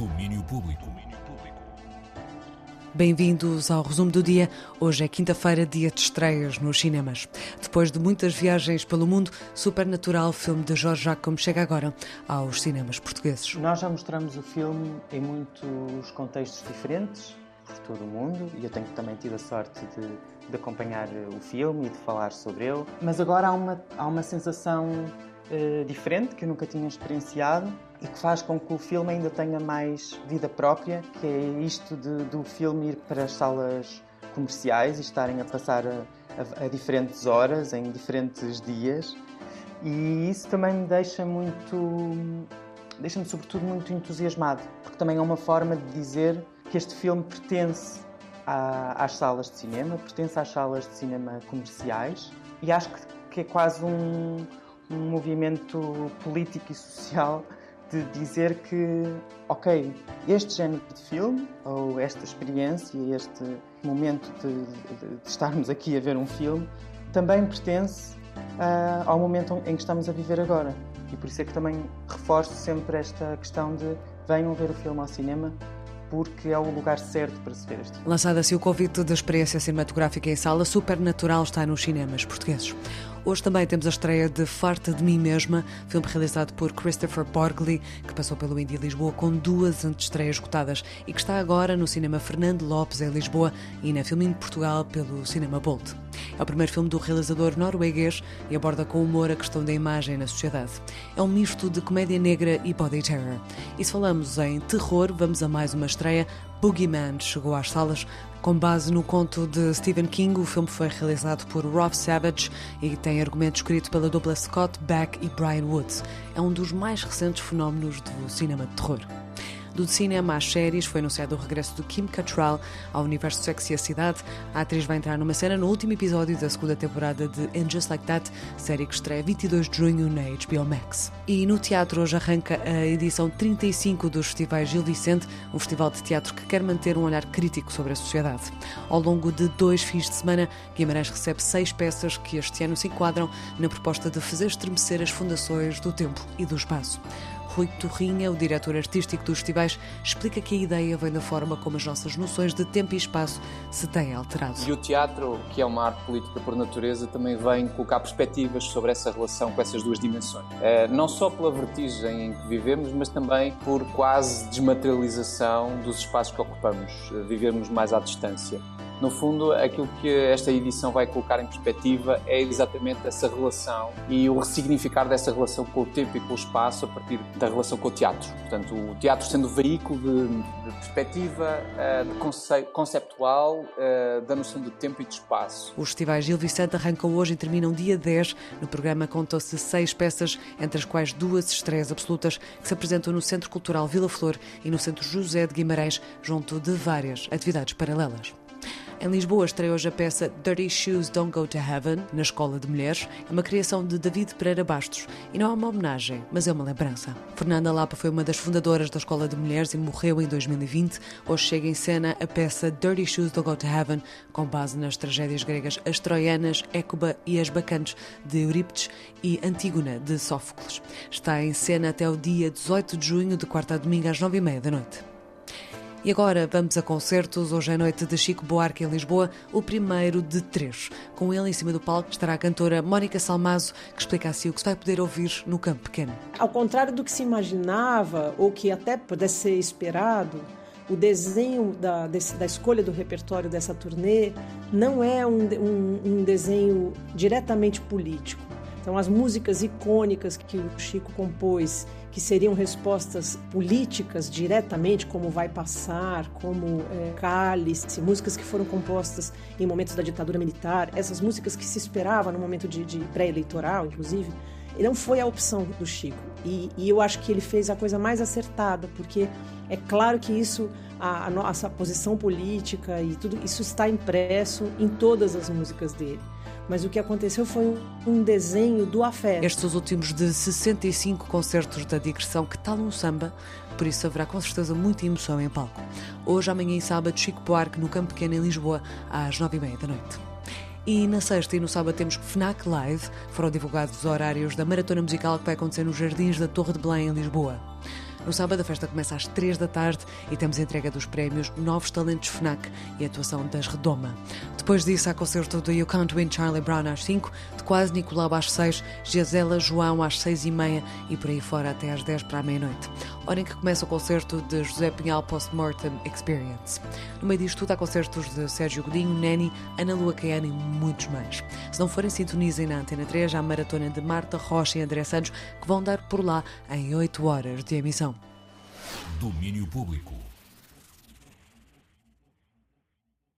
Domínio Público. Bem-vindos ao resumo do dia. Hoje é quinta-feira, dia de estreias nos cinemas. Depois de muitas viagens pelo mundo, Supernatural, filme de Jorge Jacome, chega agora aos cinemas portugueses. Nós já mostramos o filme em muitos contextos diferentes, por todo o mundo, e eu tenho também tido a sorte de acompanhar o filme e de falar sobre ele. Mas agora há uma sensação diferente que eu nunca tinha experienciado e que faz com que o filme ainda tenha mais vida própria, que é isto do filme ir para as salas comerciais e estarem a passar a diferentes horas, em diferentes dias. E isso também me deixa-me sobretudo muito entusiasmado, porque também é uma forma de dizer que este filme pertence às salas de cinema, pertence às salas de cinema comerciais, e acho que é quase um movimento político e social de dizer que, ok, este género de filme, ou esta experiência, este momento de estarmos aqui a ver um filme, também pertence ao momento em que estamos a viver agora. E por isso é que também reforço sempre esta questão de venham ver o filme ao cinema, porque é o lugar certo para se ver este filme. Lançado assim o convite da experiência cinematográfica em sala, Supernatural está nos cinemas portugueses. Hoje também temos a estreia de Farta de Mim Mesma, filme realizado por Christopher Borgli, que passou pelo Indie Lisboa com 2 antestreias esgotadas e que está agora no cinema Fernando Lopes em Lisboa e na Filmin Portugal pelo Cinema Bolt. É o primeiro filme do realizador norueguês e aborda com humor a questão da imagem na sociedade. É um misto de comédia negra e body terror. E se falamos em terror, vamos a mais uma estreia. Boogeyman chegou às salas. Com base no conto de Stephen King, o filme foi realizado por Rob Savage e tem argumento escrito pela dupla Scott Beck e Brian Woods. É um dos mais recentes fenómenos do cinema de terror. Do cinema às séries, foi anunciado o regresso de Kim Cattrall ao universo Sexy a Cidade. A atriz vai entrar numa cena no último episódio da segunda temporada de And Just Like That, série que estreia 22 de junho na HBO Max. E no teatro hoje arranca a edição 35 dos festivais Gil Vicente, um festival de teatro que quer manter um olhar crítico sobre a sociedade. Ao longo de 2 fins de semana, Guimarães recebe 6 peças que este ano se enquadram na proposta de fazer estremecer as fundações do tempo e do espaço. Rui Torrinha, o diretor artístico dos festivais, explica que a ideia vem da forma como as nossas noções de tempo e espaço se têm alterado. E o teatro, que é uma arte política por natureza, também vem colocar perspectivas sobre essa relação com essas 2 dimensões. Não só pela vertigem em que vivemos, mas também por quase desmaterialização dos espaços que ocupamos, vivermos mais à distância. No fundo, aquilo que esta edição vai colocar em perspectiva é exatamente essa relação e o ressignificar dessa relação com o tempo e com o espaço a partir da relação com o teatro. Portanto, o teatro sendo veículo de perspectiva, de conceptual, da noção de tempo e de espaço. Os festivais Gil Vicente arrancam hoje e terminam dia 10. No programa contam-se 6 peças, entre as quais 2 estreias absolutas, que se apresentam no Centro Cultural Vila Flor e no Centro José de Guimarães, junto de várias atividades paralelas. Em Lisboa estreia hoje a peça Dirty Shoes Don't Go to Heaven, na Escola de Mulheres. É uma criação de David Pereira Bastos e não é uma homenagem, mas é uma lembrança. Fernanda Lapa foi uma das fundadoras da Escola de Mulheres e morreu em 2020. Hoje chega em cena a peça Dirty Shoes Don't Go to Heaven, com base nas tragédias gregas As Troianas, Écuba e As Bacantes, de Eurípides, e Antígona, de Sófocles. Está em cena até o dia 18 de junho, de quarta a domingo, às 9h30 da noite. E agora vamos a concertos. Hoje à noite de Chico Buarque em Lisboa, o primeiro de 3. Com ele em cima do palco estará a cantora Mónica Salmazo, que explica assim o que se vai poder ouvir no campo pequeno. Ao contrário do que se imaginava, ou que até pudesse ser esperado, o desenho da escolha do repertório dessa turnê não é um desenho diretamente político. Então, as músicas icônicas que o Chico compôs, que seriam respostas políticas diretamente, como Vai Passar, como Cálice, músicas que foram compostas em momentos da ditadura militar, essas músicas que se esperava no momento de pré-eleitoral, inclusive, não foi a opção do Chico. E eu acho que ele fez a coisa mais acertada, porque é claro que isso, a nossa posição política e tudo isso está impresso em todas as músicas dele. Mas o que aconteceu foi um desenho do afeto. Estes são os últimos de 65 concertos da digressão Que Tal um Samba, por isso haverá com certeza muita emoção em palco. Hoje, amanhã e sábado, Chico Buarque no Campo Pequeno em Lisboa, às 9h30 da noite. E na sexta e no sábado temos FNAC Live. Foram divulgados os horários da maratona musical que vai acontecer nos Jardins da Torre de Belém, em Lisboa. No sábado a festa começa às 3 da tarde e temos a entrega dos prémios Novos Talentos FNAC e a atuação das Redoma. Depois disso há concerto do You Can't Win Charlie Brown às 5, de Quase Nicolau às 6, Gisela João às 6h30 e por aí fora até às 10 para a meia-noite. Hora em que começa o concerto de José Pinhal Post-Mortem Experience. No meio disto tudo há concertos de Sérgio Godinho, Neni, Ana Lua Caiana e muitos mais. Se não forem, sintonizem na Antena 3 a maratona de Marta Rocha e André Santos, que vão dar por lá em 8 horas de emissão. Domínio Público.